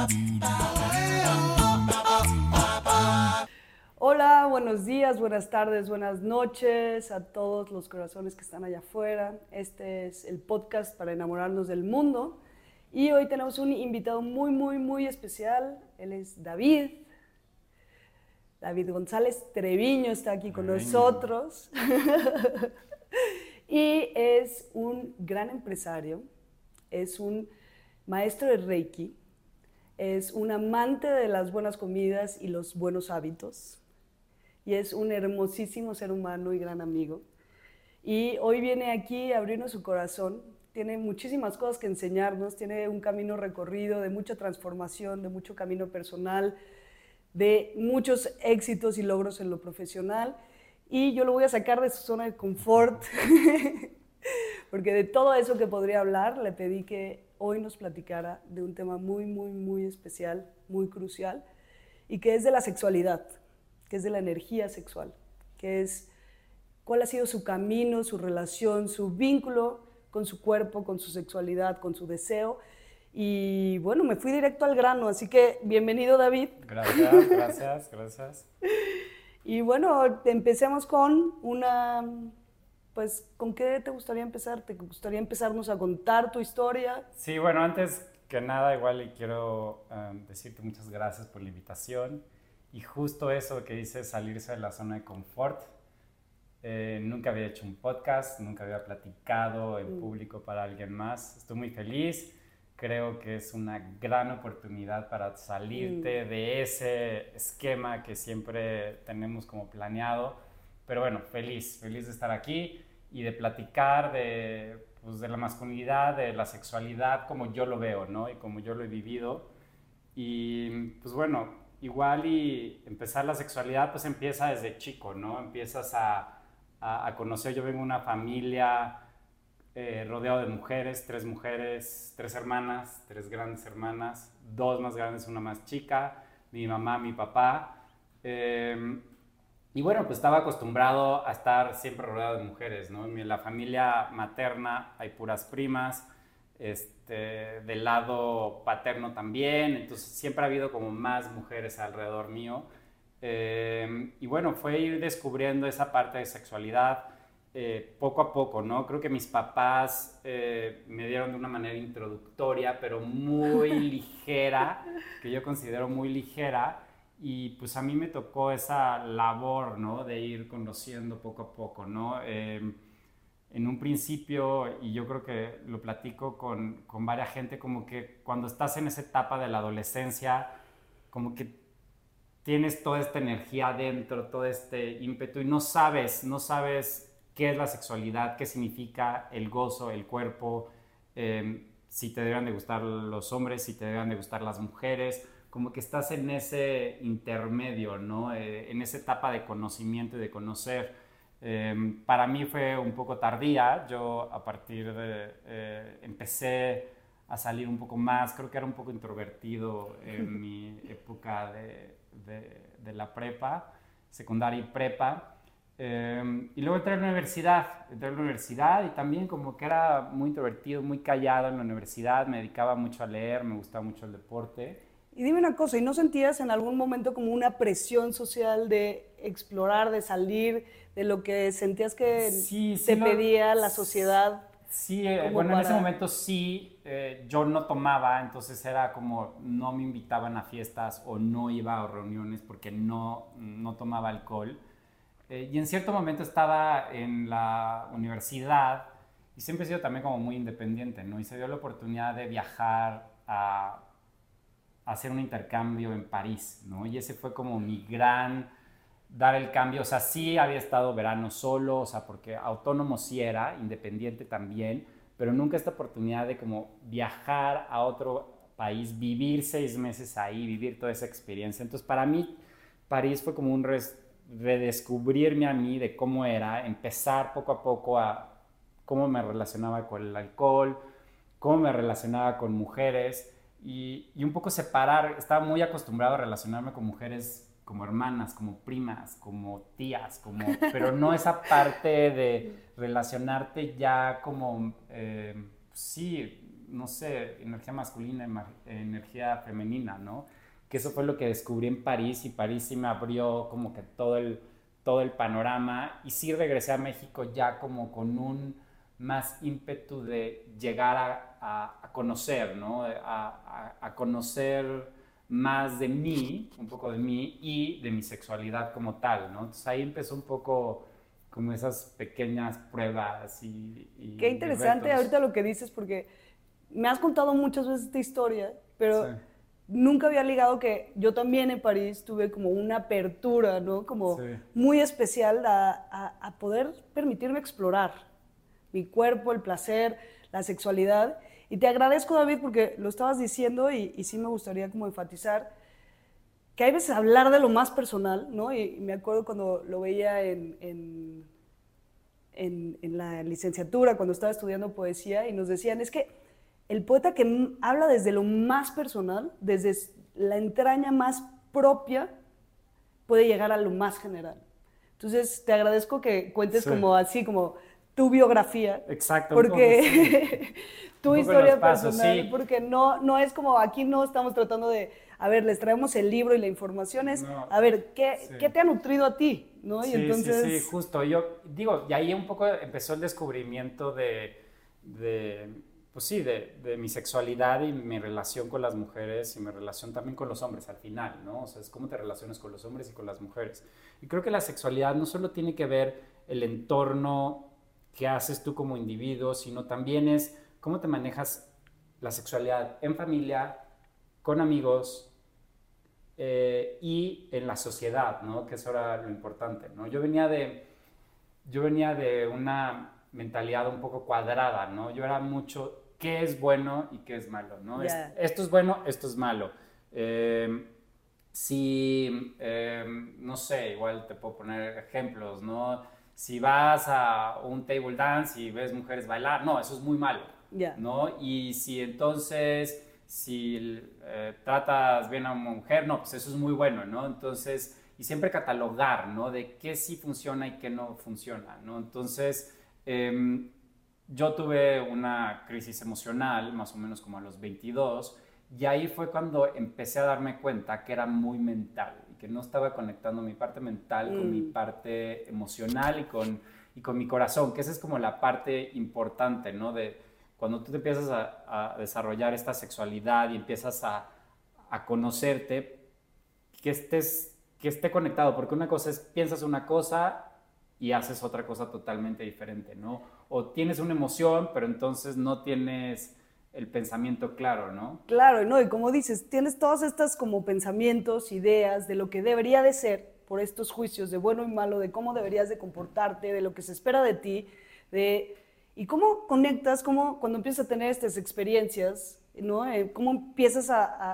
Hola, buenos días, buenas tardes, buenas noches a todos los corazones que están allá afuera. Este es el podcast para enamorarnos del mundo y hoy tenemos un invitado muy especial. Él es David. David González Treviño está aquí con nosotros y es un gran empresario, es un maestro de Reiki, es un amante de las buenas comidas y los buenos hábitos y es un hermosísimo ser humano y gran amigo. Y hoy viene aquí a abrirnos su corazón, tiene muchísimas cosas que enseñarnos, tiene un camino recorrido de mucha transformación, de mucho camino personal, de muchos éxitos y logros en lo profesional, y yo lo voy a sacar de su zona de confort, porque de todo eso que podría hablar, le pedí que hoy nos platicara de un tema muy especial, muy crucial, y que es de la sexualidad, que es de la energía sexual, que es cuál ha sido su camino, su relación, su vínculo con su cuerpo, con su sexualidad, con su deseo. Y bueno, me fui directo al grano, así que bienvenido, David. Gracias. Y bueno, empecemos con pues, ¿con qué te gustaría empezar? ¿Te gustaría empezarnos a contar tu historia? Sí, bueno, antes que nada, igual quiero decirte muchas gracias por la invitación. Y justo eso que dices, salirse de la zona de confort. Nunca había hecho un podcast, nunca había platicado en público para alguien más. Estoy muy feliz. Creo que es una gran oportunidad para salirte de ese esquema que siempre tenemos como planeado. Pero bueno, feliz de estar aquí y de platicar pues, de la masculinidad, de la sexualidad, como yo lo veo, ¿no? Y como yo lo he vivido. Y pues bueno, igual y empezar la sexualidad pues empieza desde chico, ¿no? Empiezas a conocer. Yo vengo de una familia rodeado de mujeres, tres hermanas, tres grandes hermanas, dos más grandes, una más chica, mi mamá, mi papá. Y bueno, pues estaba acostumbrado a estar siempre rodeado de mujeres, ¿no? En la familia materna hay puras primas, del lado paterno también, entonces siempre ha habido como más mujeres alrededor mío. Y bueno, fue ir descubriendo esa parte de sexualidad poco a poco, ¿no? Creo que mis papás me dieron de una manera introductoria, pero muy ligera, que yo considero muy ligera, y pues a mí me tocó esa labor, ¿no? De ir conociendo poco a poco, ¿no? En un principio, y yo creo que lo platico con varias gente, como que cuando estás en esa etapa de la adolescencia, como que tienes toda esta energía adentro, todo este ímpetu y no sabes qué es la sexualidad, qué significa el gozo, el cuerpo, si te deben de gustar los hombres, si te deben de gustar las mujeres, como que estás en ese intermedio, ¿no? En esa etapa de conocimiento y de conocer. Para mí fue un poco tardía. Yo a partir de empecé a salir un poco más, creo que era un poco introvertido en mi época de la prepa, secundaria y prepa. Y luego entré a la universidad y también como que era muy introvertido, muy callado en la universidad, me dedicaba mucho a leer, me gustaba mucho el deporte. Y dime una cosa, ¿y no sentías en algún momento como una presión social de explorar, de salir, de lo que sentías que te pedía la sociedad? Sí, bueno, en ese momento sí, yo no tomaba, entonces era como no me invitaban a fiestas o no iba a reuniones porque no tomaba alcohol. Y en cierto momento estaba en la universidad y siempre he sido también como muy independiente, ¿no? Y se dio la oportunidad de viajar a hacer un intercambio en París, ¿no? Y ese fue como mi gran dar el cambio. O sea, sí había estado verano solo, o sea, porque autónomo sí era, independiente también, pero nunca esta oportunidad de como viajar a otro país, vivir 6 meses ahí, vivir toda esa experiencia. Entonces, para mí, París fue como un redescubrirme a mí de cómo era, empezar poco a poco a cómo me relacionaba con el alcohol, cómo me relacionaba con mujeres y un poco separar. Estaba muy acostumbrado a relacionarme con mujeres como hermanas, como primas, como tías, pero no esa parte de relacionarte ya como, sí, no sé, energía masculina, energía femenina, ¿no? Que eso fue lo que descubrí en París, y París sí me abrió como que todo el panorama, y sí regresé a México ya como con un más ímpetu de llegar a conocer, ¿no? A conocer más de mí, un poco de mí y de mi sexualidad como tal, ¿no? Entonces ahí empezó un poco como esas pequeñas pruebas Qué y interesante retos. ahorita lo que dices, porque me has contado muchas veces esta historia, Sí, pero nunca había ligado que yo también en París tuve como una apertura, ¿no? Como sí. muy especial a poder permitirme explorar mi cuerpo, el placer, la sexualidad. Y te agradezco, David, porque lo estabas diciendo y sí me gustaría como enfatizar que hay veces hablar de lo más personal, ¿no? Y me acuerdo cuando lo veía en la licenciatura, cuando estaba estudiando poesía, y nos decían, es que el poeta que habla desde lo más personal, desde la entraña más propia, puede llegar a lo más general. Entonces, te agradezco que cuentes Sí. como así, como tu biografía, Exacto, un poco, sí. porque Un tu poco los historia pasos, personal, sí. porque no es como aquí no estamos tratando de, a ver, les traemos el libro y la información es, No, a ver, sí. ¿qué te ha nutrido a ti? ¿No? Y Sí, sí, sí, entonces, justo. Yo digo, y ahí un poco empezó el descubrimiento pues sí, de mi sexualidad y mi relación con las mujeres y mi relación también con los hombres al final, ¿no? O sea, es cómo te relacionas con los hombres y con las mujeres. Y creo que la sexualidad no solo tiene que ver el entorno que haces tú como individuo, sino también es cómo te manejas la sexualidad en familia, con amigos, y en la sociedad, ¿no? Que eso era lo importante, ¿no? Yo venía de una mentalidad un poco cuadrada, ¿no? Yo era mucho qué es bueno y qué es malo, ¿no? ya, Esto es bueno, esto es malo. Si, no sé, igual te puedo poner ejemplos, ¿no? Si vas a un table dance y ves mujeres bailar, no, eso es muy malo, ya. ¿no? Y si entonces, si tratas bien a una mujer, no, pues eso es muy bueno, ¿no? Entonces, y siempre catalogar, ¿no? De qué sí funciona y qué no funciona, ¿no? Entonces, yo tuve una crisis emocional, más o menos como a los 22, y ahí fue cuando empecé a darme cuenta que era muy mental y que no estaba conectando mi parte mental con mi parte emocional y con mi corazón, que esa es como la parte importante, ¿no? De cuando tú te empiezas a desarrollar esta sexualidad y empiezas a conocerte, que esté conectado, porque una cosa es piensas una cosa y haces otra cosa totalmente diferente, ¿no? O tienes una emoción, pero entonces no tienes el pensamiento claro, ¿no? Claro, ¿no? Y como dices, tienes todas estas como pensamientos, ideas de lo que debería de ser por estos juicios de bueno y malo, de cómo deberías de comportarte, de lo que se espera de ti, de y cómo conectas, cómo cuando empiezas a tener estas experiencias, ¿no? Cómo empiezas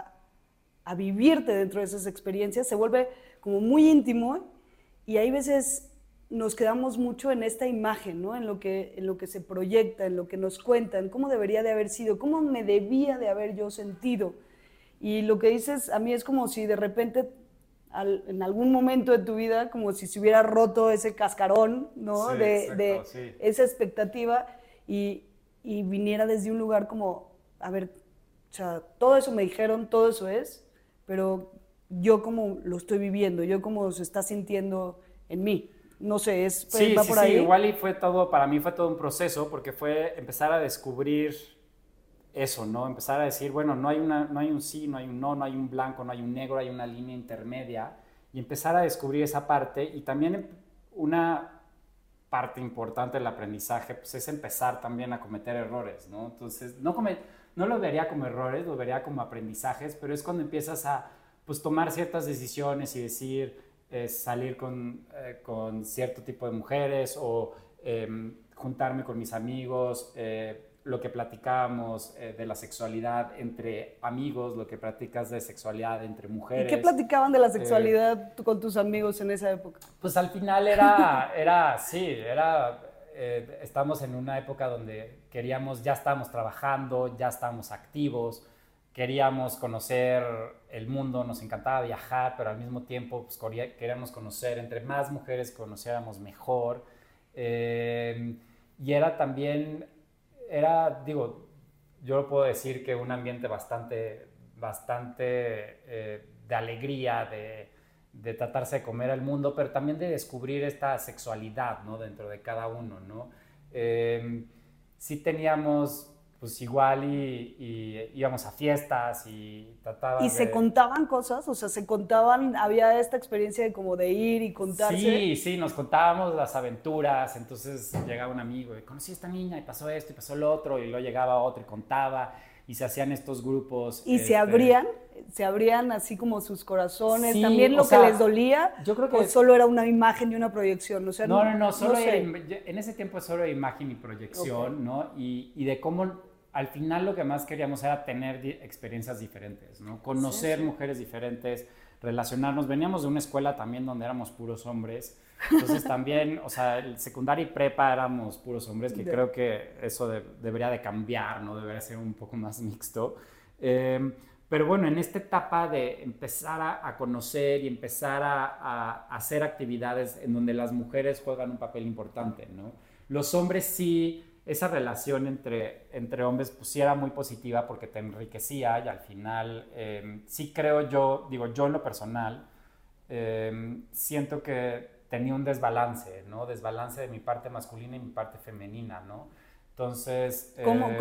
a vivirte dentro de esas experiencias, se vuelve como muy íntimo y hay veces nos quedamos mucho en esta imagen, ¿no? En lo que se proyecta, en lo que nos cuentan, cómo debería de haber sido, cómo me debía de haber yo sentido. Y lo que dices a mí es como si de repente en algún momento de tu vida, como si se hubiera roto ese cascarón, ¿no? Sí, exacto, sí. Esa expectativa y, y viniera desde un lugar como, a ver, o sea, todo eso me dijeron, todo eso es, pero yo como lo estoy viviendo, yo como se está sintiendo en mí. No sé, Sí, va sí, por sí, ahí. igual y fue todo, para mí fue todo un proceso, porque fue empezar a descubrir eso, ¿no? Empezar a decir, bueno, no hay un sí, no hay un no, no hay un blanco, no hay un negro, hay una línea intermedia, y empezar a descubrir esa parte, y también una parte importante del aprendizaje, pues es empezar también a cometer errores, ¿no? Entonces, no lo vería como errores, lo vería como aprendizajes, pero es cuando empiezas a, pues, tomar ciertas decisiones y decir, salir con cierto tipo de mujeres o juntarme con mis amigos, lo que platicábamos de la sexualidad entre amigos, lo que platicas de sexualidad entre ¿Y qué mujeres. platicaban de la Eh, sexualidad con tus amigos en esa época? pues al final estamos en una época donde ya estábamos trabajando, ya estábamos activos, queríamos conocer el mundo, nos encantaba viajar, pero al mismo tiempo pues, queríamos conocer, entre más mujeres conociéramos mejor. Y era también, digo, yo puedo decir que un ambiente bastante de alegría, de tratarse de comer al mundo, pero también de descubrir esta sexualidad, ¿no? Dentro de cada uno, ¿no? Sí teníamos, pues igual y íbamos a fiestas y ¿Y tratabas se de... contaban cosas? O sea, se contaban, había esta experiencia de como de ir y contarse. Sí, sí, nos contábamos las aventuras, entonces llegaba un amigo y conocí a esta niña y pasó esto y pasó lo otro, y luego llegaba otro y contaba, y se hacían estos grupos, Y se abrían así como sus corazones, sí, también o lo que les sea, dolía, yo creo o que solo era una imagen y una proyección, o sea, no, no solo sé. en ese tiempo solo era imagen y Ok, proyección, ¿no? Y de cómo al final lo que más queríamos era tener experiencias diferentes, ¿no? sí, Conocer sí. mujeres diferentes, relacionarnos. Veníamos de una escuela también donde éramos puros hombres, entonces también, o sea, el secundaria y prepa éramos puros hombres, que Ya. creo que eso debería de cambiar, ¿no? Debería ser un poco más mixto. Eh, pero bueno, en esta etapa de empezar a conocer y empezar a hacer actividades en donde las mujeres juegan un papel importante, ¿no? Los hombres sí, esa relación entre hombres pues sí era muy positiva porque te enriquecía y al final sí creo yo, digo yo en lo personal, siento que tenía un desbalance, ¿no? Desbalance de mi parte masculina y mi parte femenina, ¿no? Entonces,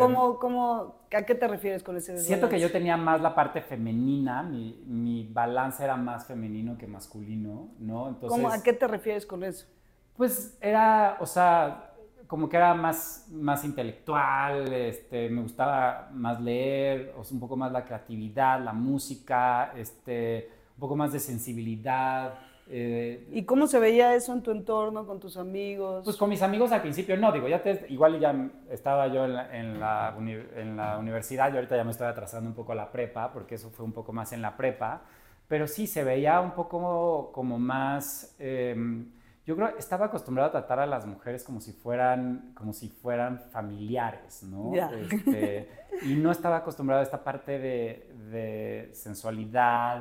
¿A qué te refieres con ese siento que yo desbalance? tenía más la parte femenina, mi balance era más femenino que masculino, ¿no? ¿A Entonces, qué te refieres con eso? pues era, o sea, como que era más intelectual, me gustaba más leer, o sea, un poco más la creatividad, la música, un poco más de sensibilidad. ¿Y cómo se veía eso en tu entorno, con tus Pues amigos? con mis amigos al principio no, digo, igual ya estaba yo en la universidad y ahorita ya me estoy atrasando un poco a la prepa, porque eso fue un poco más en la prepa, pero sí se veía un poco como más, yo creo, estaba acostumbrado a tratar a las mujeres como si fueran familiares, ¿no? Ya. Y no estaba acostumbrado a esta parte de sensualidad,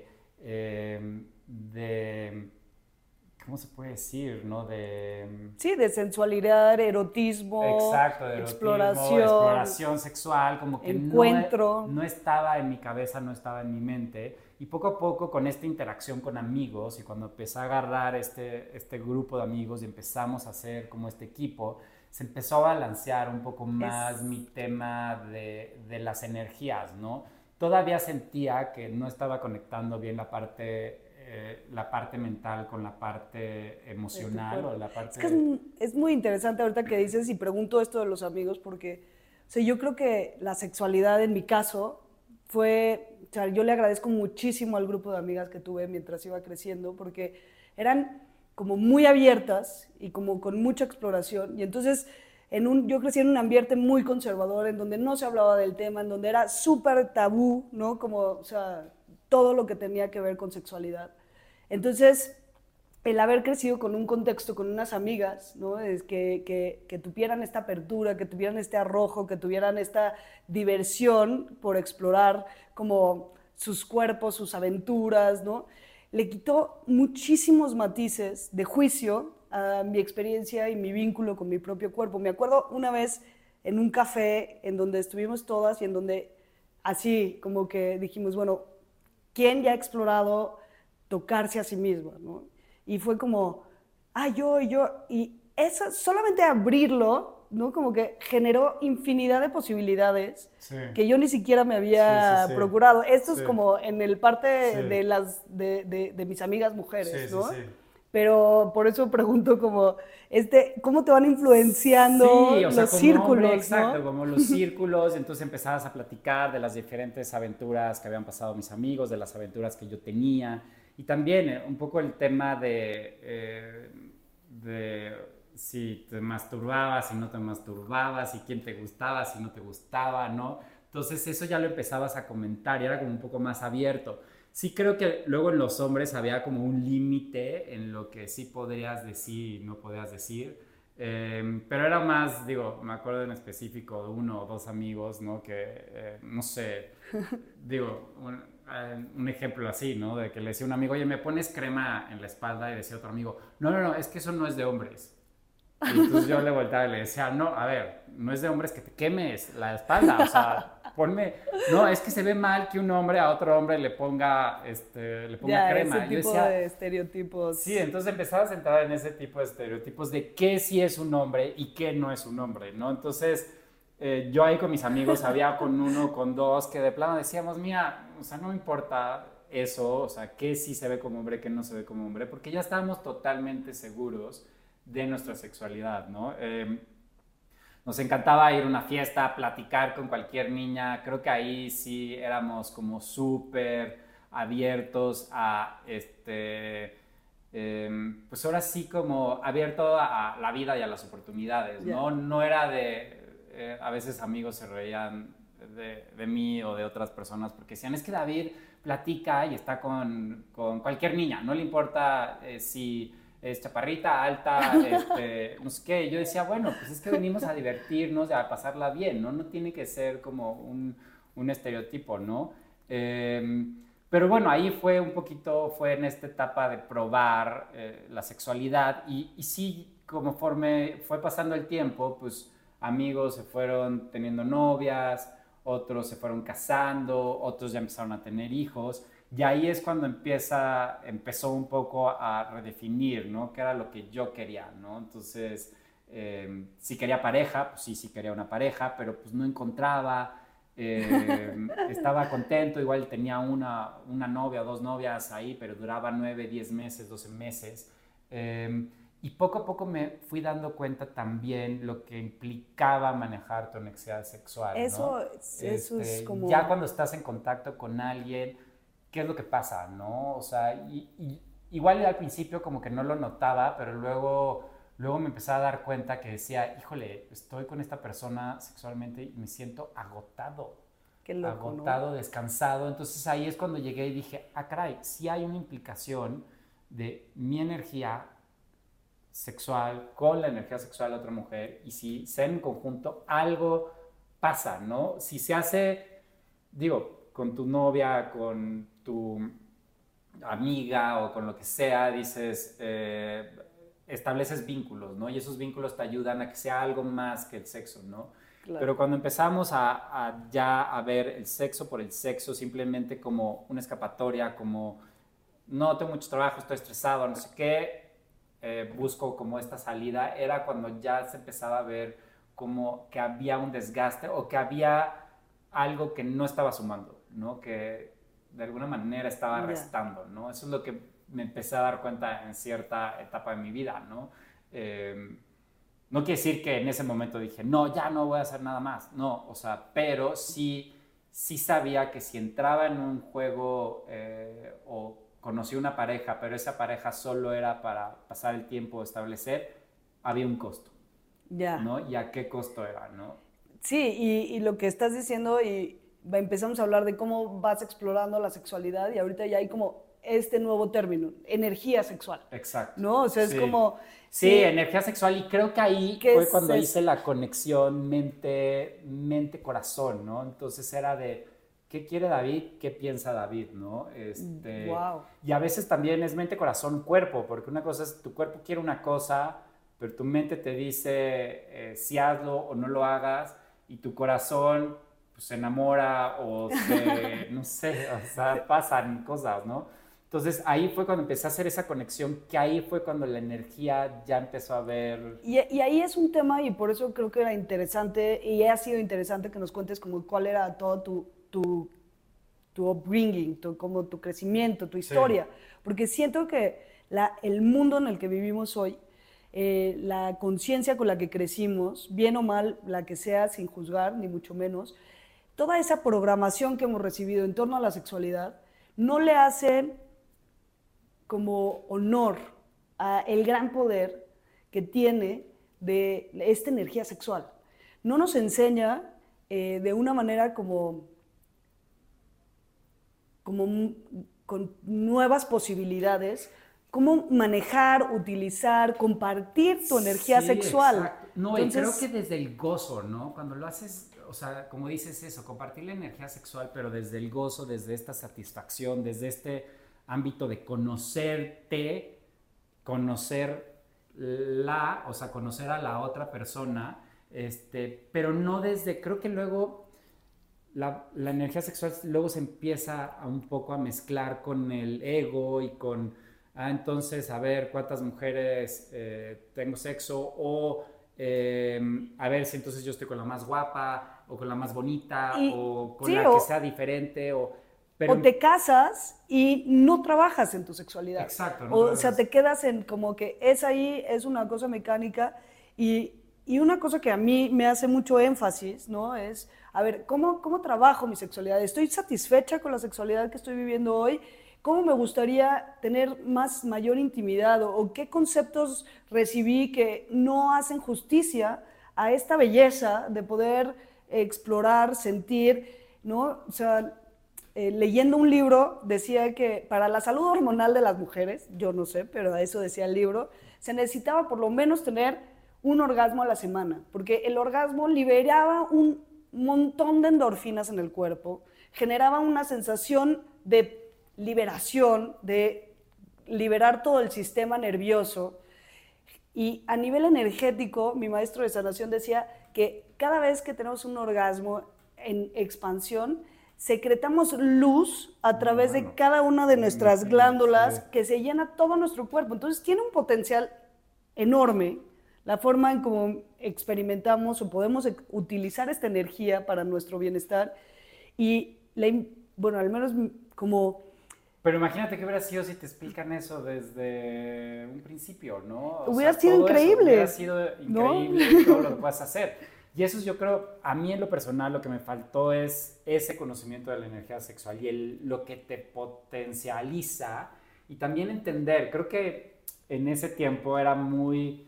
de ¿cómo se puede decir? ¿No? Sí, de sensualidad, erotismo, Exacto, de erotismo, exploración, exploración sexual, como que encuentro. no estaba en mi cabeza, no estaba en mi mente. Y poco a poco con esta interacción con amigos y cuando empecé a agarrar este grupo de amigos y empezamos a hacer como este equipo, se empezó a balancear un poco más Es, mi tema de las energías, ¿no? Todavía sentía que no estaba conectando bien la parte mental con la parte de tu emocional o cuerpo. la Es que parte... es muy interesante ahorita que dices y pregunto esto de los amigos porque, o sea, yo creo que la sexualidad en mi caso fue, o sea, yo le agradezco muchísimo al grupo de amigas que tuve mientras iba creciendo porque eran como muy abiertas y como con mucha exploración y entonces yo crecí en un ambiente muy conservador en donde no se hablaba del tema, en donde era súper tabú, ¿no? Como, o sea, todo lo que tenía que ver con sexualidad. Entonces, el haber crecido con un contexto, con unas amigas, ¿no? Es que tuvieran esta apertura, que tuvieran este arrojo, que tuvieran esta diversión por explorar como sus cuerpos, sus aventuras, ¿no? Le quitó muchísimos matices de juicio a mi experiencia y mi vínculo con mi propio cuerpo. Me acuerdo una vez en un café en donde estuvimos todas y en donde así como que dijimos, bueno, ¿quién ya ha explorado tocarse a sí misma, ¿no? Y fue como, y eso, solamente abrirlo, ¿no? Como que generó infinidad de posibilidades Sí, que yo ni siquiera me sí, sí, había sí, procurado. Esto es sí, como en el parte sí, de mis amigas sí, mujeres, sí, ¿no? sí. Pero por eso pregunto como, ¿cómo te van influenciando Sí, o sea, los como hombre, círculos, exacto, ¿no? como los círculos, entonces empezabas a platicar de las diferentes aventuras que habían pasado mis amigos, de las aventuras que yo tenía, y también un poco el tema de si te masturbabas, si no te masturbabas, si quién te gustaba, si no te gustaba, ¿no? Entonces eso ya lo empezabas a comentar y era como un poco más abierto. Sí creo que luego en los hombres había como un límite en lo que sí podrías decir y no podías decir. Pero era más, digo, me acuerdo en específico de uno o dos amigos, ¿no? Que, no sé, digo, un ejemplo así, ¿no? De que le decía a un amigo, oye, ¿me pones crema en la espalda? Y decía otro amigo, no, es que eso no es de hombres. Y entonces yo le volteaba y le decía, no, a ver, no es de hombres que te quemes la espalda, o sea, ponme, no, es que se ve mal que un hombre a otro hombre le ponga Ya, ese crema. Yo tipo decía, de estereotipos. sí, entonces empezabas a entrar en ese tipo de estereotipos de qué sí es un hombre y qué no es un hombre, ¿no? Entonces, yo ahí con mis amigos había con uno, con dos, que de plano decíamos, mira, o sea, no me importa eso, o sea, qué sí se ve como hombre, qué no se ve como hombre, porque ya estábamos totalmente seguros de nuestra sexualidad, ¿no? Nos encantaba ir a una fiesta, platicar con cualquier niña, creo que ahí sí éramos como súper abiertos a pues ahora sí como abierto a la vida y a las oportunidades, ¿no? Ya. No era a veces amigos se reían de mí o de otras personas porque decían, es que David platica y está con cualquier niña, no le importa si es chaparrita, alta, no sé qué. Yo decía, bueno, pues es que venimos a divertirnos, a pasarla bien, ¿no? No tiene que ser como un estereotipo, ¿no? Pero bueno, ahí fue un poquito, fue en esta etapa de probar la sexualidad y sí, conforme fue pasando el tiempo, pues amigos se fueron teniendo novias, otros se fueron casando, otros ya empezaron a tener hijos. Y ahí es cuando empezó un poco a redefinir, ¿no? ¿Qué era lo que yo quería, ¿no? Entonces, si quería pareja, pues sí quería una pareja, pero pues no encontraba, estaba contento, igual tenía una novia o dos novias ahí, pero duraba 9, 10 meses, 12 meses. Y poco a poco me fui dando cuenta también lo que implicaba manejar tu necesidad sexual, ¿no? Eso es como... Ya cuando estás en contacto con alguien, ¿qué es lo que pasa, no? O sea, igual al principio como que no lo notaba, pero luego me empecé a dar cuenta que decía, híjole, estoy con esta persona sexualmente y me siento agotado. Qué loco, Agotado, ¿no? descansado. Entonces ahí es cuando llegué y dije, ah, caray, sí hay una implicación de mi energía sexual con la energía sexual de otra mujer y si se en conjunto algo pasa, ¿no? Si se hace, digo, con tu novia, con tu amiga o con lo que sea, dices, estableces vínculos, ¿no? Y esos vínculos te ayudan a que sea algo más que el sexo, ¿no? Claro. Pero cuando empezamos ya a ver el sexo por el sexo simplemente como una escapatoria, como no tengo mucho trabajo, estoy estresado, no sé qué, busco como esta salida, era cuando ya se empezaba a ver como que había un desgaste o que había algo que no estaba sumando, ¿no? Que de alguna manera estaba Ya. restando, ¿no? Eso es lo que me empecé a dar cuenta en cierta etapa de mi vida, ¿no? No quiere decir que en ese momento dije, no, ya no voy a hacer nada más, no, o sea, pero sí sabía que si entraba en un juego o conocí una pareja, pero esa pareja solo era para pasar el tiempo, establecer, había un costo, Ya. ¿no? ¿Y a qué costo era, no? Sí, y lo que estás diciendo, empezamos a hablar de cómo vas explorando la sexualidad y ahorita ya hay como este nuevo término, energía sexual, Exacto, ¿no? O sea, es sí. como, Sí, sí, energía sexual y creo que ahí ¿qué fue es cuando eso? hice la conexión mente-corazón, ¿no? Entonces era de, ¿qué quiere David? ¿Qué piensa David? ¿No? Wow. Y a veces también es mente-corazón-cuerpo, porque una cosa es, tu cuerpo quiere una cosa, pero tu mente te dice si hazlo o no lo hagas, y tu corazón pues, se enamora no sé, o sea, pasan cosas, ¿no? Entonces ahí fue cuando empecé a hacer esa conexión, que ahí fue cuando la energía ya empezó a ver. Y ahí es un tema y por eso creo que era interesante y ha sido interesante que nos cuentes como cuál era todo tu upbringing, como tu crecimiento, tu Sí, historia, porque siento que el mundo en el que vivimos hoy, la conciencia con la que crecimos, bien o mal, la que sea, sin juzgar, ni mucho menos, toda esa programación que hemos recibido en torno a la sexualidad, no le hace como honor a el gran poder que tiene de esta energía sexual. No nos enseña de una manera como con nuevas posibilidades, cómo manejar, utilizar, compartir tu energía sí, sexual. exacto. No, y creo que Entonces, desde el gozo, ¿no? Cuando lo haces, o sea, como dices eso, compartir la energía sexual, pero desde el gozo, desde esta satisfacción, desde este ámbito de conocerte, conocer o sea, conocer a la otra persona, pero no desde, creo que luego la energía sexual luego se empieza un poco a mezclar con el ego y con, entonces, a ver cuántas mujeres tengo sexo, o a ver si entonces yo estoy con la más guapa, o con la más bonita, o con la que sea diferente, o te casas y no trabajas en tu sexualidad. Exacto. O sea, te quedas en como que es una cosa mecánica y una cosa que a mí me hace mucho énfasis, ¿no? Es, a ver, ¿cómo trabajo mi sexualidad? ¿Estoy satisfecha con la sexualidad que estoy viviendo hoy? ¿Cómo me gustaría tener mayor intimidad? ¿O qué conceptos recibí que no hacen justicia a esta belleza de poder explorar, sentir, ¿no? O sea, leyendo un libro decía que para la salud hormonal de las mujeres, yo no sé, pero eso decía el libro, se necesitaba por lo menos tener un orgasmo a la semana, porque el orgasmo liberaba un montón de endorfinas en el cuerpo, generaba una sensación de liberación, de liberar todo el sistema nervioso. Y a nivel energético, mi maestro de sanación decía que cada vez que tenemos un orgasmo en expansión, secretamos luz a través de cada una de nuestras glándulas que se llena todo nuestro cuerpo. Entonces tiene un potencial enorme la forma en cómo experimentamos o podemos utilizar esta energía para nuestro bienestar. Y, bueno, al menos como... Pero imagínate qué hubiera sido si te explican eso desde un principio, ¿no? Hubiera sido increíble. Hubiera sido increíble, ¿no? Todo lo que puedas hacer. Y eso yo creo, a mí en lo personal lo que me faltó es ese conocimiento de la energía sexual y lo que te potencializa y también entender. Creo que en ese tiempo era muy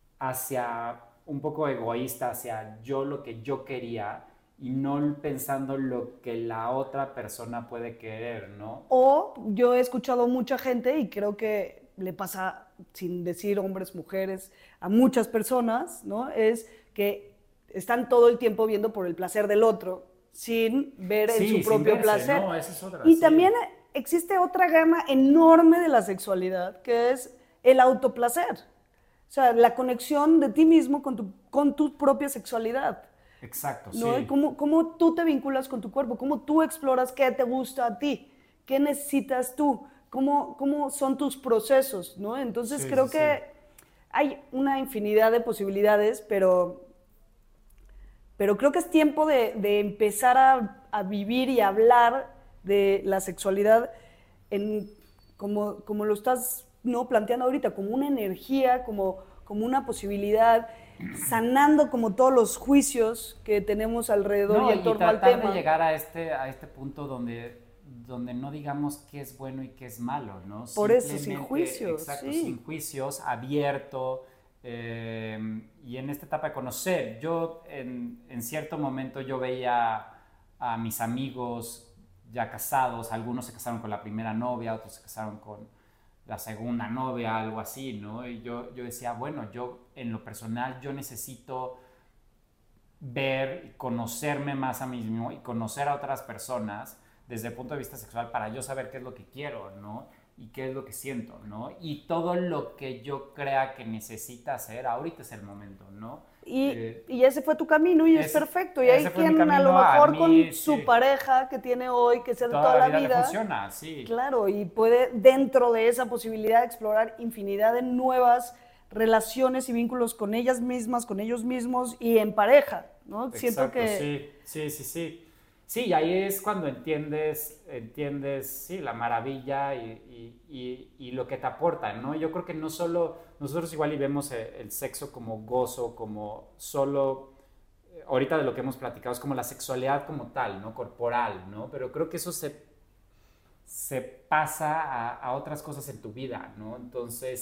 hacia un poco egoísta, hacia yo lo que yo quería y no pensando lo que la otra persona puede querer, ¿no? O yo he escuchado mucha gente, y creo que le pasa, sin decir hombres, mujeres, a muchas personas, ¿no? Es que están todo el tiempo viendo por el placer del otro, sin ver en su propio placer. No, esa es otra, y también existe otra gama enorme de la sexualidad, que es el autoplacer. O sea, la conexión de ti mismo con tu propia sexualidad. Exacto, ¿no? sí. ¿Cómo tú te vinculas con tu cuerpo? ¿Cómo tú exploras qué te gusta a ti? ¿Qué necesitas tú? ¿Cómo son tus procesos? ¿no? Entonces creo que hay una infinidad de posibilidades, pero creo que es tiempo de empezar a vivir y hablar de la sexualidad como lo estás ¿no? planteando ahorita, como una energía, como una posibilidad, sanando como todos los juicios que tenemos alrededor y en torno al tema. Y tratar de llegar a este punto donde no digamos qué es bueno y qué es malo, ¿no? Por eso, sin juicios. Exacto, sin juicios, abierto. Y en esta etapa de conocer, yo en cierto momento yo veía a mis amigos ya casados, algunos se casaron con la primera novia, otros se casaron con la segunda novia, algo así, ¿no? Y yo decía, bueno, yo en lo personal yo necesito ver y conocerme más a mí mismo y conocer a otras personas desde el punto de vista sexual para yo saber qué es lo que quiero, ¿no? Y qué es lo que siento, ¿no? Y todo lo que yo crea que necesita hacer, ahorita es el momento, ¿no? Y ese fue tu camino y es perfecto. Y hay quien a lo mejor con su pareja que tiene hoy, que sea de toda la vida, funciona, sí. Claro, y puede dentro de esa posibilidad explorar infinidad de nuevas relaciones y vínculos con ellas mismas, con ellos mismos y en pareja, ¿no? Exacto, siento que... Sí. Sí, ahí es cuando entiendes sí, la maravilla y lo que te aporta, ¿no? Yo creo que no solo, nosotros igual y vemos el sexo como gozo, como solo, ahorita de lo que hemos platicado, es como la sexualidad como tal, ¿no? Corporal, ¿no? Pero creo que eso se pasa a otras cosas en tu vida, ¿no? Entonces,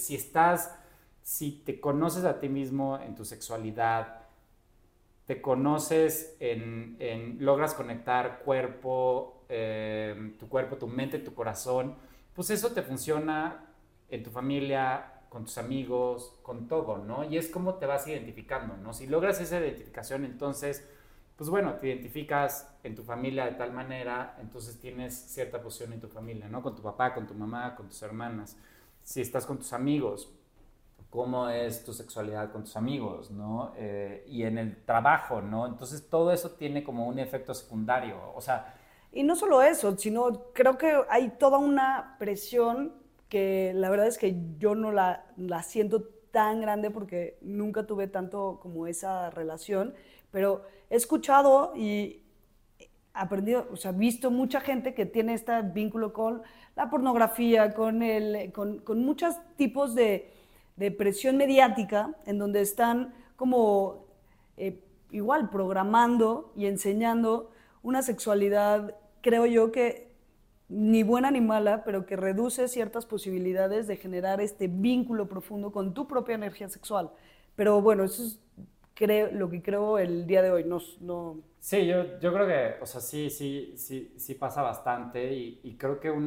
si te conoces a ti mismo en tu sexualidad, te conoces logras conectar tu cuerpo, tu mente, tu corazón, pues eso te funciona en tu familia, con tus amigos, con todo, ¿no? Y es como te vas identificando, ¿no? Si logras esa identificación, entonces, pues bueno, te identificas en tu familia de tal manera, entonces tienes cierta posición en tu familia, ¿no? Con tu papá, con tu mamá, con tus hermanas. Si estás con tus amigos, cómo es tu sexualidad con tus amigos, ¿no? Y en el trabajo, ¿no? Entonces todo eso tiene como un efecto secundario, o sea... Y no solo eso, sino creo que hay toda una presión que la verdad es que yo no la siento tan grande porque nunca tuve tanto como esa relación, pero he escuchado y aprendido, o sea, visto mucha gente que tiene este vínculo con la pornografía, con muchos tipos de presión mediática, en donde están como igual programando y enseñando una sexualidad, creo yo que ni buena ni mala, pero que reduce ciertas posibilidades de generar este vínculo profundo con tu propia energía sexual. Pero bueno, eso es lo que creo el día de hoy. No. Sí, yo creo que, o sea, sí pasa bastante y creo que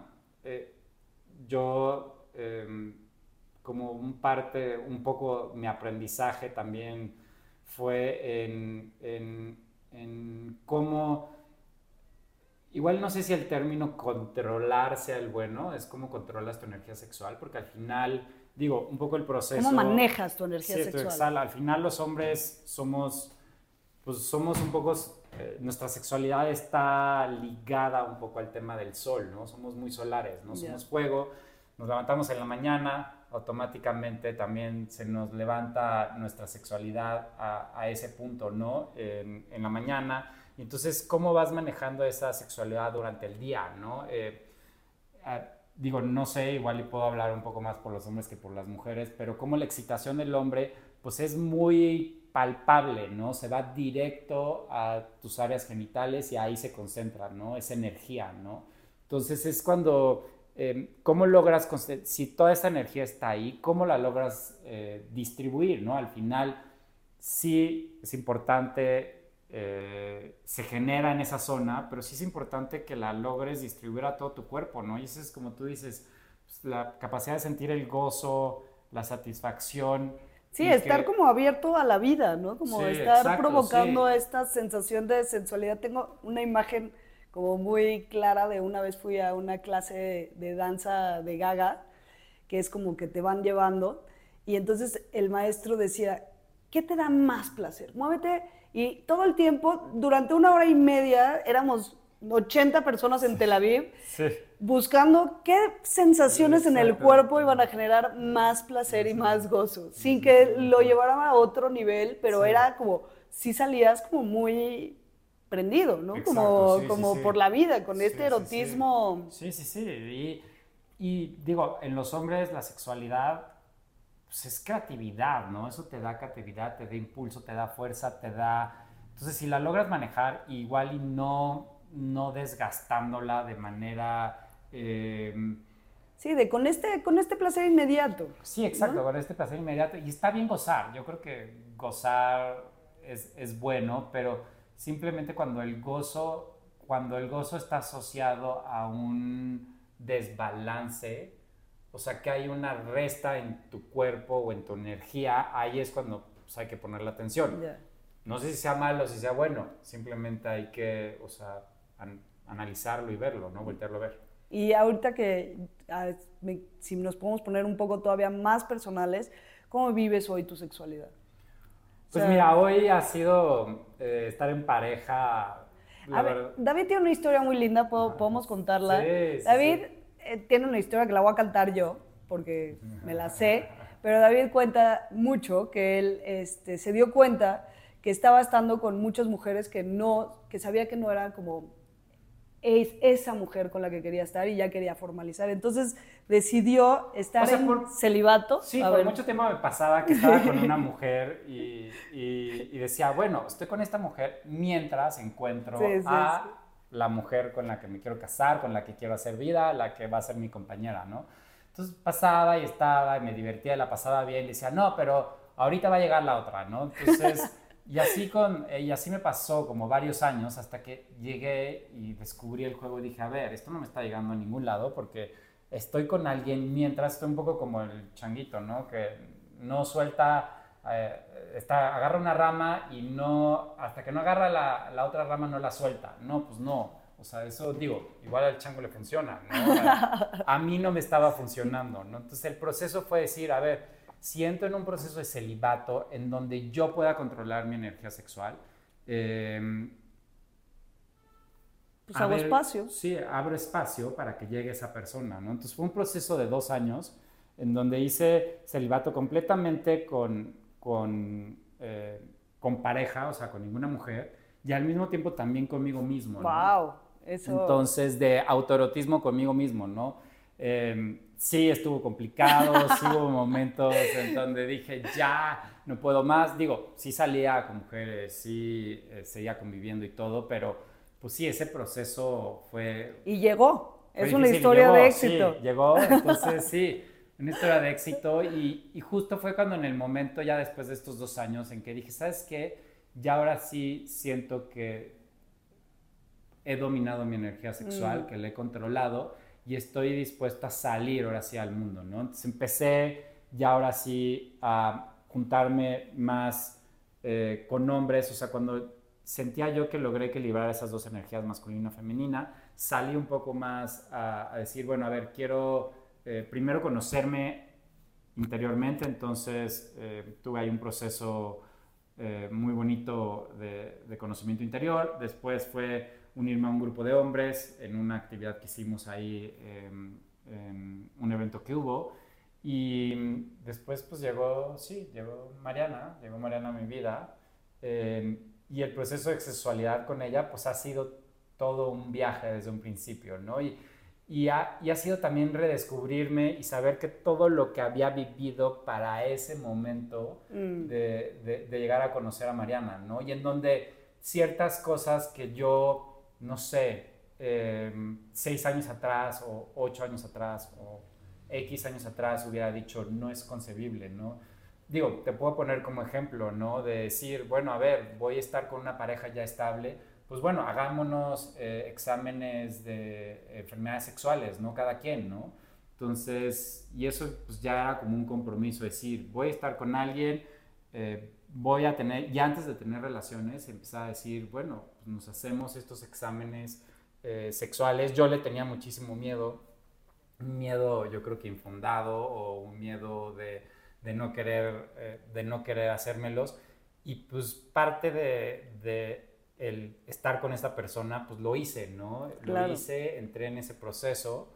yo, como un poco mi aprendizaje también fue en cómo, igual no sé si el término controlar sea el bueno, es cómo controlas tu energía sexual, porque al final, digo, un poco el proceso... ¿Cómo manejas tu energía sexual? Al final los hombres pues somos un poco, nuestra sexualidad está ligada un poco al tema del sol, ¿no? Somos muy solares, ¿no? Somos fuego, nos levantamos en la mañana, automáticamente también se nos levanta nuestra sexualidad a ese punto, ¿no? En la mañana. Y entonces, ¿cómo vas manejando esa sexualidad durante el día, ¿no? Digo, no sé, igual y puedo hablar un poco más por los hombres que por las mujeres, pero como la excitación del hombre, pues es muy palpable, ¿no? Se va directo a tus áreas genitales y ahí se concentra, ¿no? Esa energía, ¿no? Entonces es cuando, ¿cómo logras, si toda esa energía está ahí, cómo la logras distribuir, ¿no? Al final sí es importante, se genera en esa zona, pero sí es importante que la logres distribuir a todo tu cuerpo, ¿no? Y eso es como tú dices, pues, la capacidad de sentir el gozo, la satisfacción. Sí, estar como abierto a la vida, ¿no? Como Sí, estar exacto, provocando sí. esta sensación de sensualidad. Tengo una imagen como muy clara de una vez fui a una clase de danza de Gaga, que es como que te van llevando, y entonces el maestro decía, ¿qué te da más placer? Muévete, y todo el tiempo, durante 1 hora y media, éramos 80 personas en Tel Aviv, Sí. buscando qué sensaciones en el cuerpo iban a generar más placer y más gozo, sin que lo llevaran a otro nivel, pero era como, sí salías como muy prendido, ¿no? Exacto, sí, sí, Como sí. por la vida, con Sí, este sí, sí. erotismo. Sí, sí, sí. Y digo, en los hombres la sexualidad pues es creatividad, ¿no? Eso te da creatividad, te da impulso, te da fuerza, te da... Entonces, si la logras manejar igual y no desgastándola de manera... Sí, con este placer inmediato. Sí, exacto, ¿No? con este placer inmediato. Y está bien gozar. Yo creo que gozar es bueno, pero simplemente cuando el gozo está asociado a un desbalance, o sea, que hay una resta en tu cuerpo o en tu energía, ahí es cuando pues, hay que ponerle atención. Ya. No sé si sea malo o si sea bueno, simplemente hay que, o sea, analizarlo y verlo, ¿no? Voltearlo a ver. Y ahorita si nos podemos poner un poco todavía más personales, ¿cómo vives hoy tu sexualidad? O Pues sea, mira, hoy ha sido estar en pareja, a la ver, verdad. David tiene una historia muy linda, podemos contarla. Sí, sí, David sí. tiene una historia que la voy a cantar yo, porque me la sé, pero David cuenta mucho que él se dio cuenta que estaba estando con muchas mujeres que sabía que no eran como esa mujer con la que quería estar y ya quería formalizar. Entonces decidió O estar sea, en celibato. sí, A por ver. mucho tiempo me pasaba que estaba con una mujer y decía, bueno, estoy con esta mujer mientras encuentro Sí, sí, sí. a la mujer con la que me quiero casar, con la que quiero hacer vida, la que va a ser mi compañera, ¿no? Entonces pasaba y estaba y me divertía y la pasaba bien y decía, no, pero ahorita va a llegar la otra, ¿no? Entonces, y así me pasó como varios años hasta que llegué y descubrí el juego y dije, a ver, esto no me está llegando a ningún lado porque estoy con alguien mientras estoy un poco como el changuito, ¿no? Que no suelta, agarra una rama y no, hasta que no agarra la otra rama no la suelta. No, pues no. O sea, eso digo, igual al chango le funciona, ¿no? A mí no me estaba funcionando, ¿no? Entonces el proceso fue decir, a ver, si entro en un proceso de celibato en donde yo pueda controlar mi energía sexual, pues hago espacio. Sí, abro espacio para que llegue esa persona, ¿no? Entonces fue un proceso de 2 años en donde hice celibato completamente con pareja, o sea, con ninguna mujer, y al mismo tiempo también conmigo mismo, ¿no? ¡Wow! Eso... Entonces, de autoerotismo conmigo mismo, ¿no? Sí, estuvo complicado, sí hubo momentos en donde dije, ya, no puedo más. Digo, sí salía con mujeres, sí seguía conviviendo y todo, pero pues sí, ese proceso fue... Y llegó. Fue Es una difícil, historia llegó, de éxito. sí, llegó, entonces sí, una historia de éxito y justo fue cuando en el momento, ya después de estos 2 años, en que dije, ¿sabes qué? Ya ahora sí siento que he dominado mi energía sexual, que la he controlado y estoy dispuesta a salir ahora sí al mundo, ¿no? Entonces empecé ya ahora sí a juntarme más con hombres, o sea, cuando sentía yo que logré equilibrar esas dos energías, masculina y femenina, salí un poco más a decir, bueno, a ver, quiero primero conocerme interiormente, entonces tuve ahí un proceso muy bonito de conocimiento interior, después fue unirme a un grupo de hombres en una actividad que hicimos ahí, en un evento que hubo, y después pues llegó Mariana a mi vida, y el proceso de sexualidad con ella pues ha sido todo un viaje desde un principio, ¿no? Y ha sido también redescubrirme y saber que todo lo que había vivido para ese momento de llegar a conocer a Mariana, ¿no? Y en donde ciertas cosas que yo, no sé, 6 años atrás o 8 años atrás o X años atrás hubiera dicho, no es concebible, ¿no? Digo, te puedo poner como ejemplo, ¿no? De decir, bueno, a ver, voy a estar con una pareja ya estable, pues bueno, hagámonos exámenes de enfermedades sexuales, ¿no? Cada quien, ¿no? Entonces, y eso pues ya era como un compromiso, decir, voy a estar con alguien, voy a tener, y antes de tener relaciones, empezar a decir, bueno, pues nos hacemos estos exámenes sexuales. Yo le tenía muchísimo miedo, un miedo yo creo que infundado o un miedo de no querer hacérmelos, y pues parte de el estar con esta persona, pues lo hice, ¿no? Claro. Lo hice, entré en ese proceso.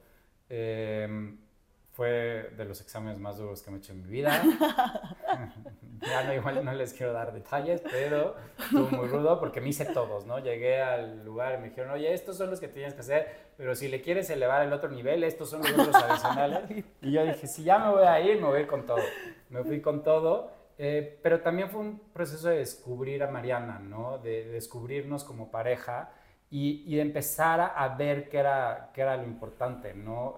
Fue de los exámenes más duros que me he hecho en mi vida. Ya no, igual no les quiero dar detalles, pero estuvo muy rudo porque me hice todos, ¿no? Llegué al lugar y me dijeron, oye, estos son los que tienes que hacer, pero si le quieres elevar el otro nivel, estos son los otros adicionales. Y yo dije, si ya me voy a ir, me voy a ir con todo. Me fui con todo. Pero también fue un proceso de descubrir a Mariana, ¿no? De descubrirnos como pareja y de empezar a ver qué era lo importante, ¿no?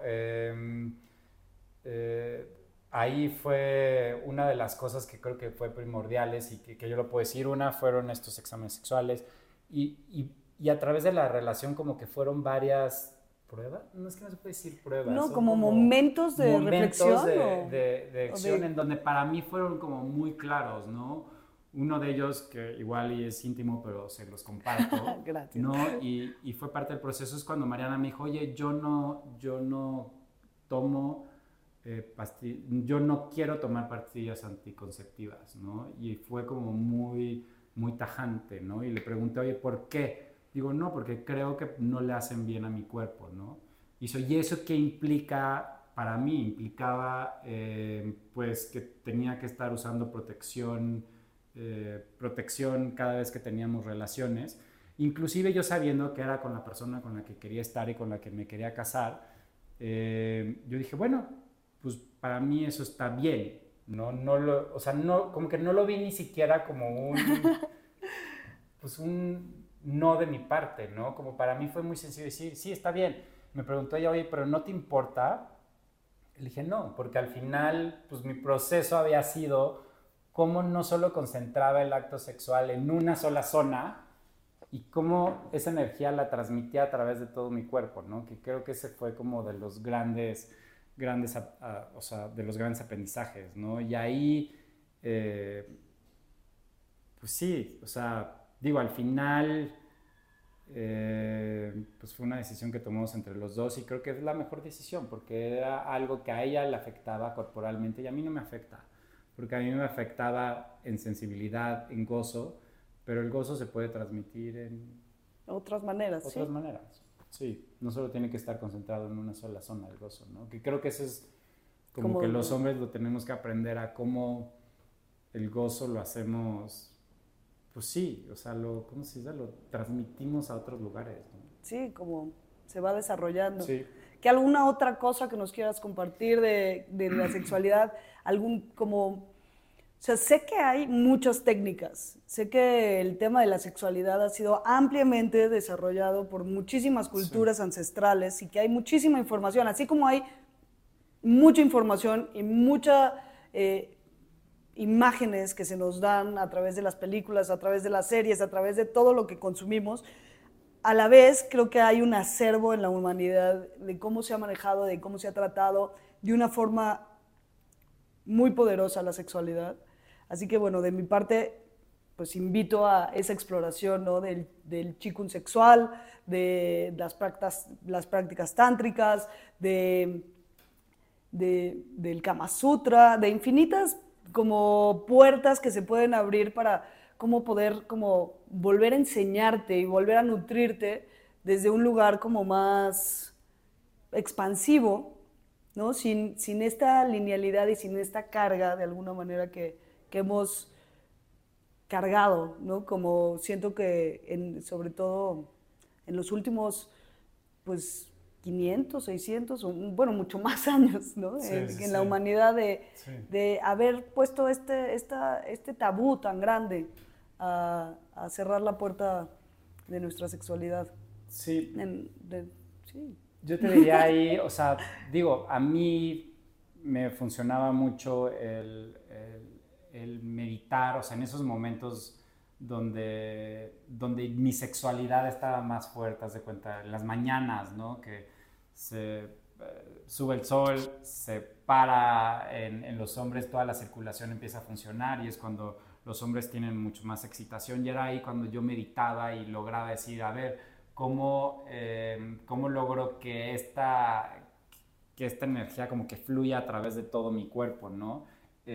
Ahí fue una de las cosas que creo que fue primordiales y que yo lo puedo decir. Una fueron estos exámenes sexuales y a través de la relación como que fueron varias pruebas, no es que no se puede decir pruebas, no, como momentos de reflexión de acción en donde para mí fueron como muy claros, ¿no? Uno de ellos, que igual y es íntimo, pero se los comparto. Gracias. ¿No? Y fue parte del proceso, es cuando Mariana me dijo, oye, yo no tomo yo no quiero tomar pastillas anticonceptivas, ¿no? Y fue como muy, muy tajante, ¿no? Y le pregunté, oye, ¿por qué? Digo, no, porque creo que no le hacen bien a mi cuerpo, ¿no? ¿Y eso qué implica? Para mí implicaba, pues, que tenía que estar usando protección cada vez que teníamos relaciones, inclusive yo sabiendo que era con la persona con la que quería estar y con la que me quería casar. Yo dije, bueno, pues para mí eso está bien, ¿no? O sea, no, como que no lo vi ni siquiera como pues un no de mi parte, ¿no? Como para mí fue muy sencillo decir, sí, está bien. Me preguntó ella, oye, pero ¿no te importa? Le dije, no, porque al final, pues mi proceso había sido cómo no solo concentraba el acto sexual en una sola zona y cómo esa energía la transmitía a través de todo mi cuerpo, ¿no? Que creo que ese fue como de los grandes o sea, de los grandes aprendizajes, ¿no? Y ahí, pues sí, o sea, digo, al final, pues fue una decisión que tomamos entre los dos y creo que es la mejor decisión porque era algo que a ella le afectaba corporalmente y a mí no me afecta. porque a mí me afectaba en sensibilidad, en gozo, pero el gozo se puede transmitir en Otras maneras, otras sí. maneras. Sí, no solo tiene que estar concentrado en una sola zona del gozo, ¿no? Que creo que eso es como que los hombres lo tenemos que aprender a cómo el gozo lo hacemos, pues sí, o sea, ¿cómo se dice? Lo transmitimos a otros lugares, ¿no? Sí, como se va desarrollando. Sí. ¿Qué alguna otra cosa que nos quieras compartir de la sexualidad? O sea, sé que hay muchas técnicas, sé que el tema de la sexualidad ha sido ampliamente desarrollado por muchísimas culturas ancestrales y que hay muchísima información, así como hay mucha información y muchas imágenes que se nos dan a través de las películas, a través de las series, a través de todo lo que consumimos. A la vez, creo que hay un acervo en la humanidad de cómo se ha manejado, de cómo se ha tratado de una forma muy poderosa la sexualidad. Así que, bueno, de mi parte, pues invito a esa exploración, ¿no? del qigong sexual, de las prácticas tántricas, del Kama Sutra, de infinitas como puertas que se pueden abrir para cómo poder como volver a enseñarte y volver a nutrirte desde un lugar como más expansivo, ¿no? Sin esta linealidad y sin esta carga de alguna manera que hemos cargado, ¿no? Como siento que sobre todo en los últimos, pues, 500, 600, bueno, mucho más años, ¿no? Sí, En la humanidad sí. de haber puesto este tabú tan grande a cerrar la puerta de nuestra sexualidad. Sí. Sí. Yo te diría ahí, o sea, digo, a mí me funcionaba mucho el meditar, o sea, en esos momentos donde mi sexualidad estaba más fuerte, haz de cuenta, en las mañanas, ¿no? Que sube el sol, se para en los hombres, toda la circulación empieza a funcionar y es cuando los hombres tienen mucho más excitación y era ahí cuando yo meditaba y lograba decir, a ver, ¿cómo logro que esta energía como que fluya a través de todo mi cuerpo, ¿no?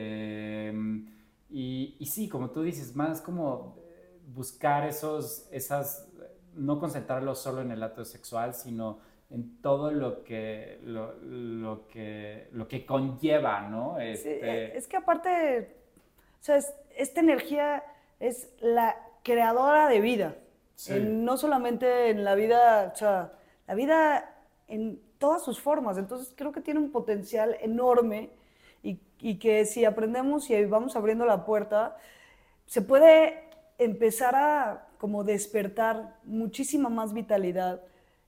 Y sí, como tú dices, más como buscar no concentrarlo solo en el acto sexual, sino en todo lo que conlleva, ¿no? Sí, es que aparte, o sea, esta energía es la creadora de vida. Sí. No solamente en la vida, o sea, la vida en todas sus formas. Entonces creo que tiene un potencial enorme y que si aprendemos y vamos abriendo la puerta, se puede empezar a como despertar muchísima más vitalidad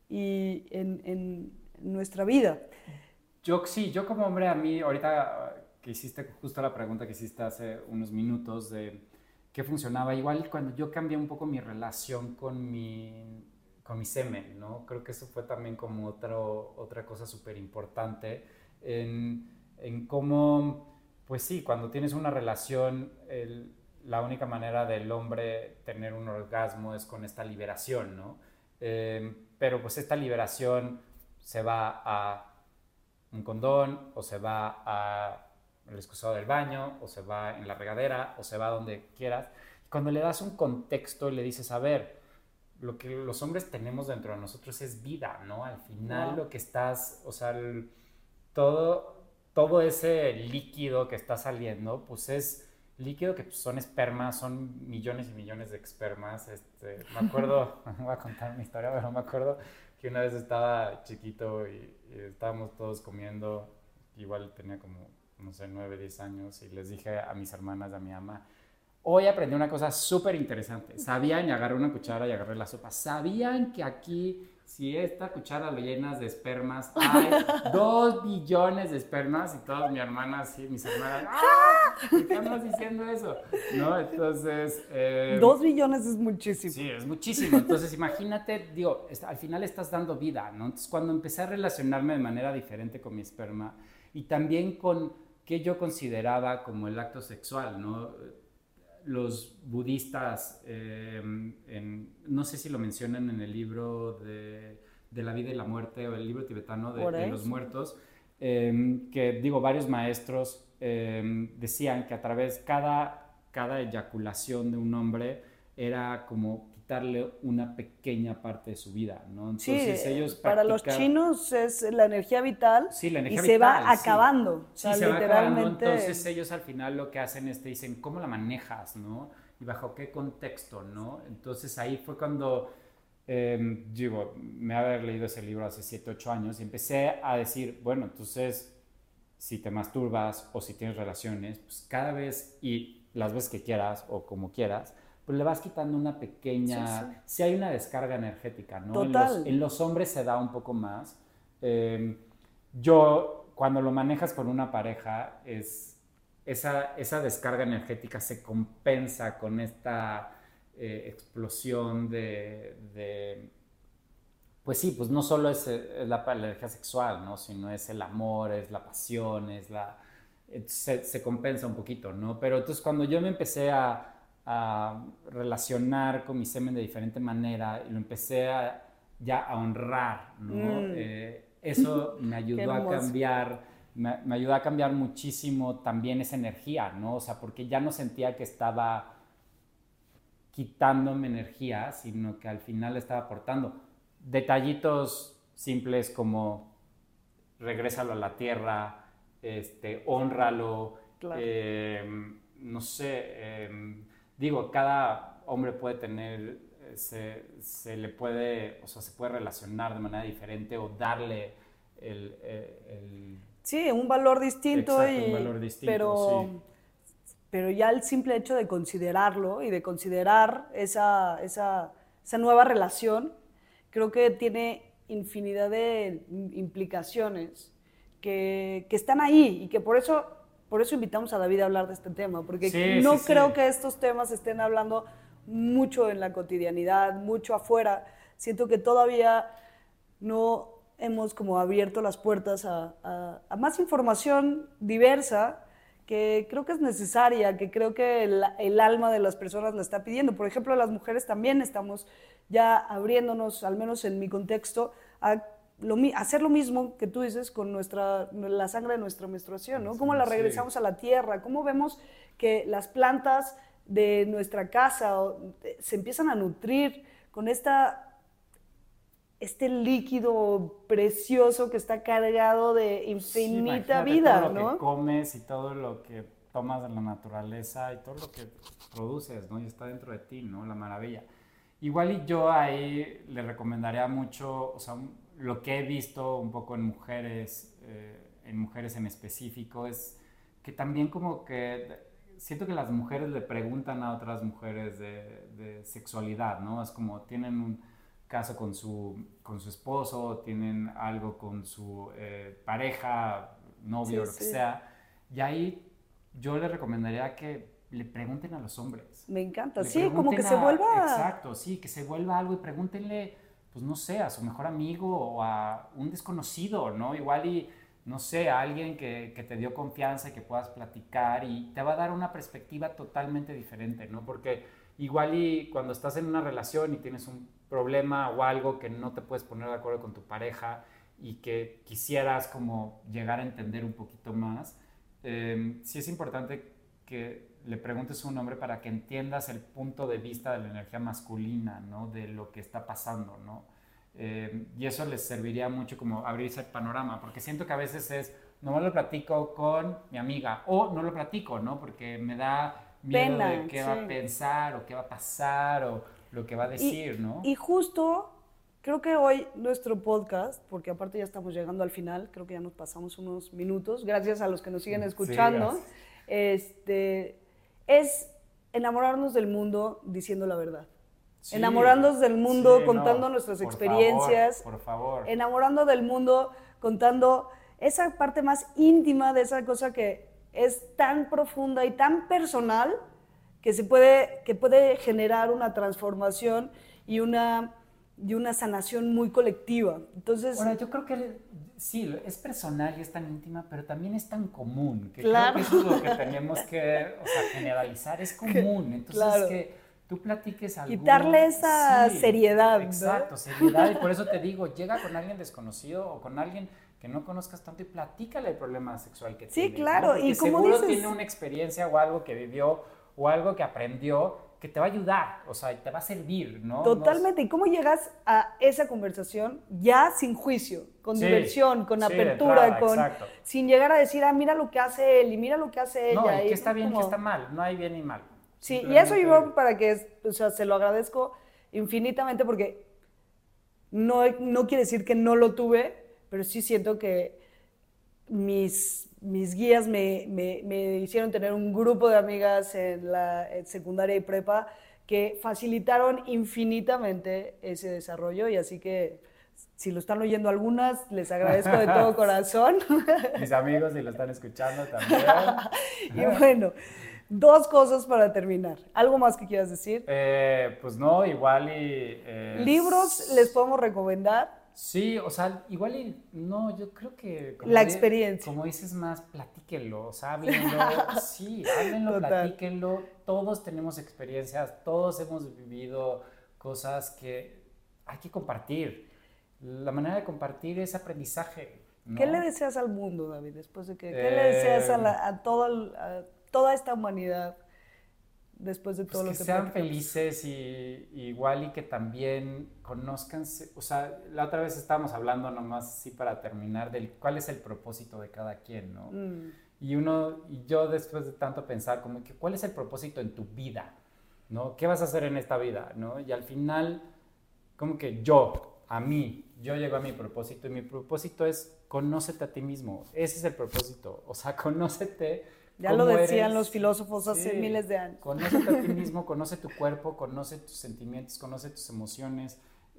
en nuestra vida. Yo como hombre, a mí, ahorita que hiciste justo la pregunta que hiciste hace unos minutos de qué funcionaba, igual cuando yo cambié un poco mi relación con mi semen, ¿no? Creo que eso fue también como otra cosa súper importante en cómo, pues sí, cuando tienes una relación, la única manera del hombre tener un orgasmo es con esta liberación, ¿no? Pero pues esta liberación se va a un condón, o se va al excusado del baño, o se va en la regadera, o se va donde quieras. Cuando le das un contexto y le dices, a ver, lo que los hombres tenemos dentro de nosotros es vida, ¿no? Al final lo que estás, o sea, todo ese líquido que está saliendo, pues es líquido que pues, son espermas, son millones y millones de espermas. Me acuerdo, no voy a contar mi historia, pero me acuerdo que una vez estaba chiquito y estábamos todos comiendo, igual tenía como, no sé, 9, 10 años, y les dije a mis hermanas, a mi mamá, hoy aprendí una cosa súper interesante. ¿Sabían? Y agarré una cuchara y agarré la sopa. ¿Sabían que aquí, si esta cuchara lo llenas de espermas, hay 2 billones de espermas? Y todas mis hermanas, ¡ah! ¿Por qué andas diciendo eso? ¿No? Entonces... 2 billones es muchísimo. Sí, es muchísimo. Entonces, imagínate, digo, al final estás dando vida, ¿no? Entonces, cuando empecé a relacionarme de manera diferente con mi esperma y también con qué yo consideraba como el acto sexual, ¿no? Los budistas, no sé si lo mencionan en el libro de la vida y la muerte o el libro tibetano de los muertos, que digo, varios maestros decían que a través cada eyaculación de un hombre era como quitarle una pequeña parte de su vida, ¿no? Entonces Sí, ellos para los chinos es la energía vital sí, la energía y se vital, va acabando. Sí, O sea, se va acabando, literalmente. entonces ellos al final lo que hacen es te dicen, ¿cómo la manejas, no? Y bajo qué contexto, ¿no? Entonces ahí fue cuando, digo, me haber leído ese libro hace 7, 8 años y empecé a decir, bueno, entonces si te masturbas o si tienes relaciones, pues cada vez y las veces que quieras o como quieras, pues le vas quitando una pequeña, Sí, sí. si hay una descarga energética, ¿no? Total. En los hombres se da un poco más. Yo, cuando lo manejas con una pareja, esa descarga energética se compensa con esta explosión pues sí, pues no solo es la energía sexual, ¿no? Sino es el amor, es la pasión, se compensa un poquito, ¿no? Pero entonces cuando yo me empecé a relacionar con mi semen de diferente manera y lo empecé ya a honrar, ¿no? Eso me ayudó a cambiar, me ayudó a cambiar muchísimo también esa energía, ¿no? O sea, porque ya no sentía que estaba quitándome energía, sino que al final le estaba aportando. Detallitos simples como regrésalo a la tierra, hónralo, Claro. no sé, digo, cada hombre puede tener, se le puede, o sea, se puede relacionar de manera diferente o darle Sí, un valor distinto, exacto, un valor distinto, sí. pero ya el simple hecho de considerarlo y de considerar esa nueva relación, creo que tiene infinidad de implicaciones que están ahí y que por eso invitamos a David a hablar de este tema, porque Sí, no sí, creo sí. que estos temas se estén hablando mucho en la cotidianidad, mucho afuera. Siento que todavía no hemos como abierto las puertas a más información diversa que creo que es necesaria, que creo que el alma de las personas la está pidiendo. Por ejemplo, las mujeres también estamos ya abriéndonos, al menos en mi contexto, a hacer lo mismo que tú dices con la sangre de nuestra menstruación, ¿no? Cómo la regresamos a la tierra, cómo vemos que las plantas de nuestra casa se empiezan a nutrir con este líquido precioso que está cargado de infinita Imagínate todo vida, lo que ¿no? comes y todo lo que tomas de la naturaleza y todo lo que produces, ¿no? Y está dentro de ti, ¿no? La maravilla. Igual y yo ahí le recomendaría mucho, o sea, lo que he visto un poco en mujeres en específico, es que también como que siento que las mujeres le preguntan a otras mujeres de sexualidad, ¿no? Es como tienen un caso con su esposo, tienen algo con su pareja, novio, Sí, lo que sí. sea, y ahí yo le recomendaría que le pregunten a los hombres. Me encanta. Le Sí, como que pregunten se vuelva. exacto, sí, que se vuelva algo y pregúntenle, pues no sé, a su mejor amigo o a un desconocido, ¿no? Igual y, no sé, a alguien que te dio confianza y que puedas platicar y te va a dar una perspectiva totalmente diferente, ¿no? Porque igual y cuando estás en una relación y tienes un problema o algo que no te puedes poner de acuerdo con tu pareja y que quisieras como llegar a entender un poquito más, sí es importante que le preguntes a un hombre para que entiendas el punto de vista de la energía masculina, ¿no? De lo que está pasando, ¿no? Y eso les serviría mucho como abrirse el panorama, porque siento que a veces no lo platico con mi amiga o no lo platico, ¿no? Porque me da miedo de Pena, qué va a sí. pensar o qué va a pasar o lo que va a decir, ¿no? Y justo creo que hoy nuestro podcast, porque aparte ya estamos llegando al final, creo que ya nos pasamos unos minutos, gracias a los que nos siguen Sí, escuchando, gracias. es enamorarnos del mundo diciendo la verdad. Sí, Enamorarnos del sí, mundo contando no, nuestras por favor, experiencias, por favor. enamorando del mundo contando esa parte más íntima de esa cosa que es tan profunda y tan personal que puede generar una transformación y una sanación muy colectiva. Entonces, Ahora, yo creo que sí, es personal y es tan íntima, pero también es tan común, que creo claro, que eso es lo que tenemos que, o sea, generalizar, es común. Entonces, claro, que tú platiques quitarle algún, esa sí, seriedad, ¿no? exacto, seriedad, y por eso te digo, llega con alguien desconocido o con alguien que no conozcas tanto y platícale el problema sexual que Sí, tiene. claro, ¿no? Porque y como seguro dices, tiene una experiencia o algo que vivió o algo que aprendió que te va a ayudar, o sea, y te va a servir, ¿no? totalmente. ¿Y cómo llegas a esa conversación ya sin juicio, con diversión, con apertura, exacto. sin llegar a decir, mira lo que hace él y mira lo que hace ella? No, y y qué está bien y como, qué está mal, no hay bien y mal. Sí, y eso yo para que, o sea, se lo agradezco infinitamente porque no quiere decir que no lo tuve, pero sí siento que mis guías me hicieron tener un grupo de amigas en la secundaria y prepa que facilitaron infinitamente ese desarrollo, y así que si lo están oyendo algunas, les agradezco de todo corazón. Mis amigos, si lo están escuchando también. Y bueno, 2 cosas para terminar. ¿Algo más que quieras decir? Pues no, igual y... ¿Libros les podemos recomendar? Sí, o sea, igual y... No, yo creo que... La experiencia. Como dices más, platíquenlo, o sea, háblenlo. Sí, háblenlo, Total. platíquenlo. Todos tenemos experiencias, todos hemos vivido cosas que hay que compartir. La manera de compartir es aprendizaje, ¿no? ¿Qué le deseas al mundo, David, después de que... ¿Qué le deseas a toda esta humanidad después de todo lo que sean platicamos? felices y igual y que también conozcan, o sea, la otra vez estábamos hablando nomás así para terminar del cuál es el propósito de cada quien, ¿no? Y yo después de tanto pensar como que cuál es el propósito en tu vida, ¿no? ¿Qué vas a hacer en esta vida, ¿no? Y al final como que yo llego a mi propósito, y mi propósito es conócete a ti mismo. Ese es el propósito, o sea, conócete. Ya lo decían los filósofos hace miles de años. Conócete a ti mismo, conoce tu cuerpo, conoce tus sentimientos, conoce tus emociones,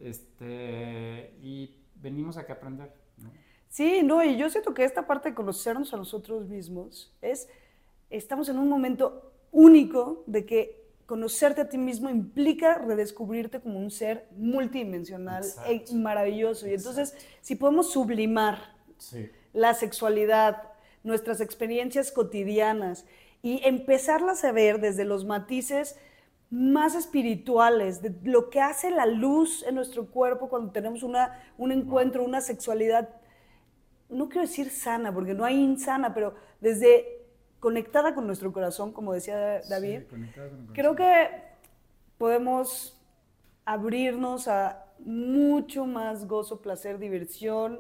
y venimos aquí a aprender, ¿no? Sí, no, y yo siento que esta parte de conocernos a nosotros mismos estamos en un momento único de que conocerte a ti mismo implica redescubrirte como un ser multidimensional y maravilloso. Y entonces, si podemos sublimar la sexualidad, nuestras experiencias cotidianas y empezarlas a ver desde los matices más espirituales, de lo que hace la luz en nuestro cuerpo cuando tenemos un encuentro, una sexualidad, no quiero decir sana, porque no hay insana, pero desde conectada con nuestro corazón, como decía David, creo que podemos abrirnos a mucho más gozo, placer, diversión,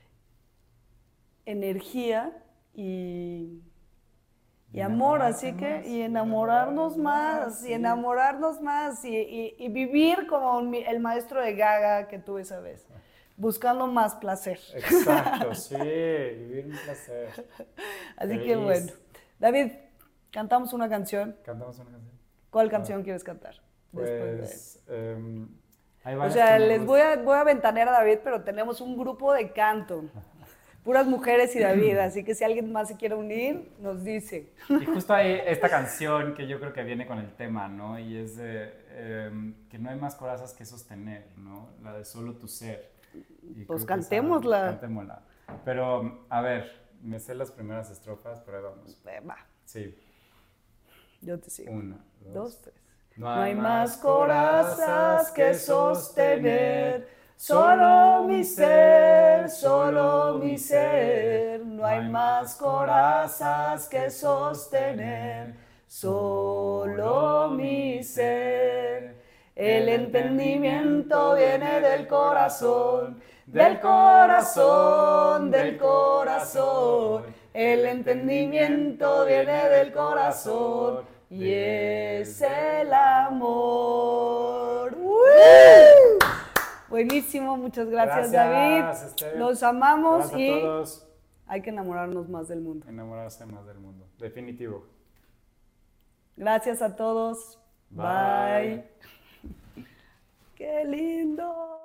energía y amor, así que, y enamorarnos más, y vivir como el maestro de Gaga que tuve esa vez, buscando más placer. Exacto, sí, vivir un placer. Así que bueno, David, ¿cantamos una canción? ¿Cantamos una canción? ¿Cuál canción quieres cantar? Pues, hay o varias sea, que les voy a ventanear a David, pero tenemos un grupo de canto. Puras mujeres y David, así que si alguien más se quiere unir, nos dice. Y justo hay esta canción que yo creo que viene con el tema, ¿no? Y es que no hay más corazas que sostener, ¿no? La de Solo tu ser. Y pues cantémosla. Cantémosla. Pero, a ver, me sé las primeras estrofas, pero vamos. Va. Sí. Yo te sigo. 1, 2, 3. No hay más corazas que sostener, solo mi ser, solo mi ser. No hay más corazas que sostener, solo mi ser. El entendimiento viene del corazón, del corazón, del corazón. El entendimiento viene del corazón y es el amor. Buenísimo, muchas gracias David. Esther. Los amamos. Gracias y a todos. Hay que enamorarnos más del mundo. Enamorarse más del mundo, definitivo. Gracias a todos. Bye. Qué lindo.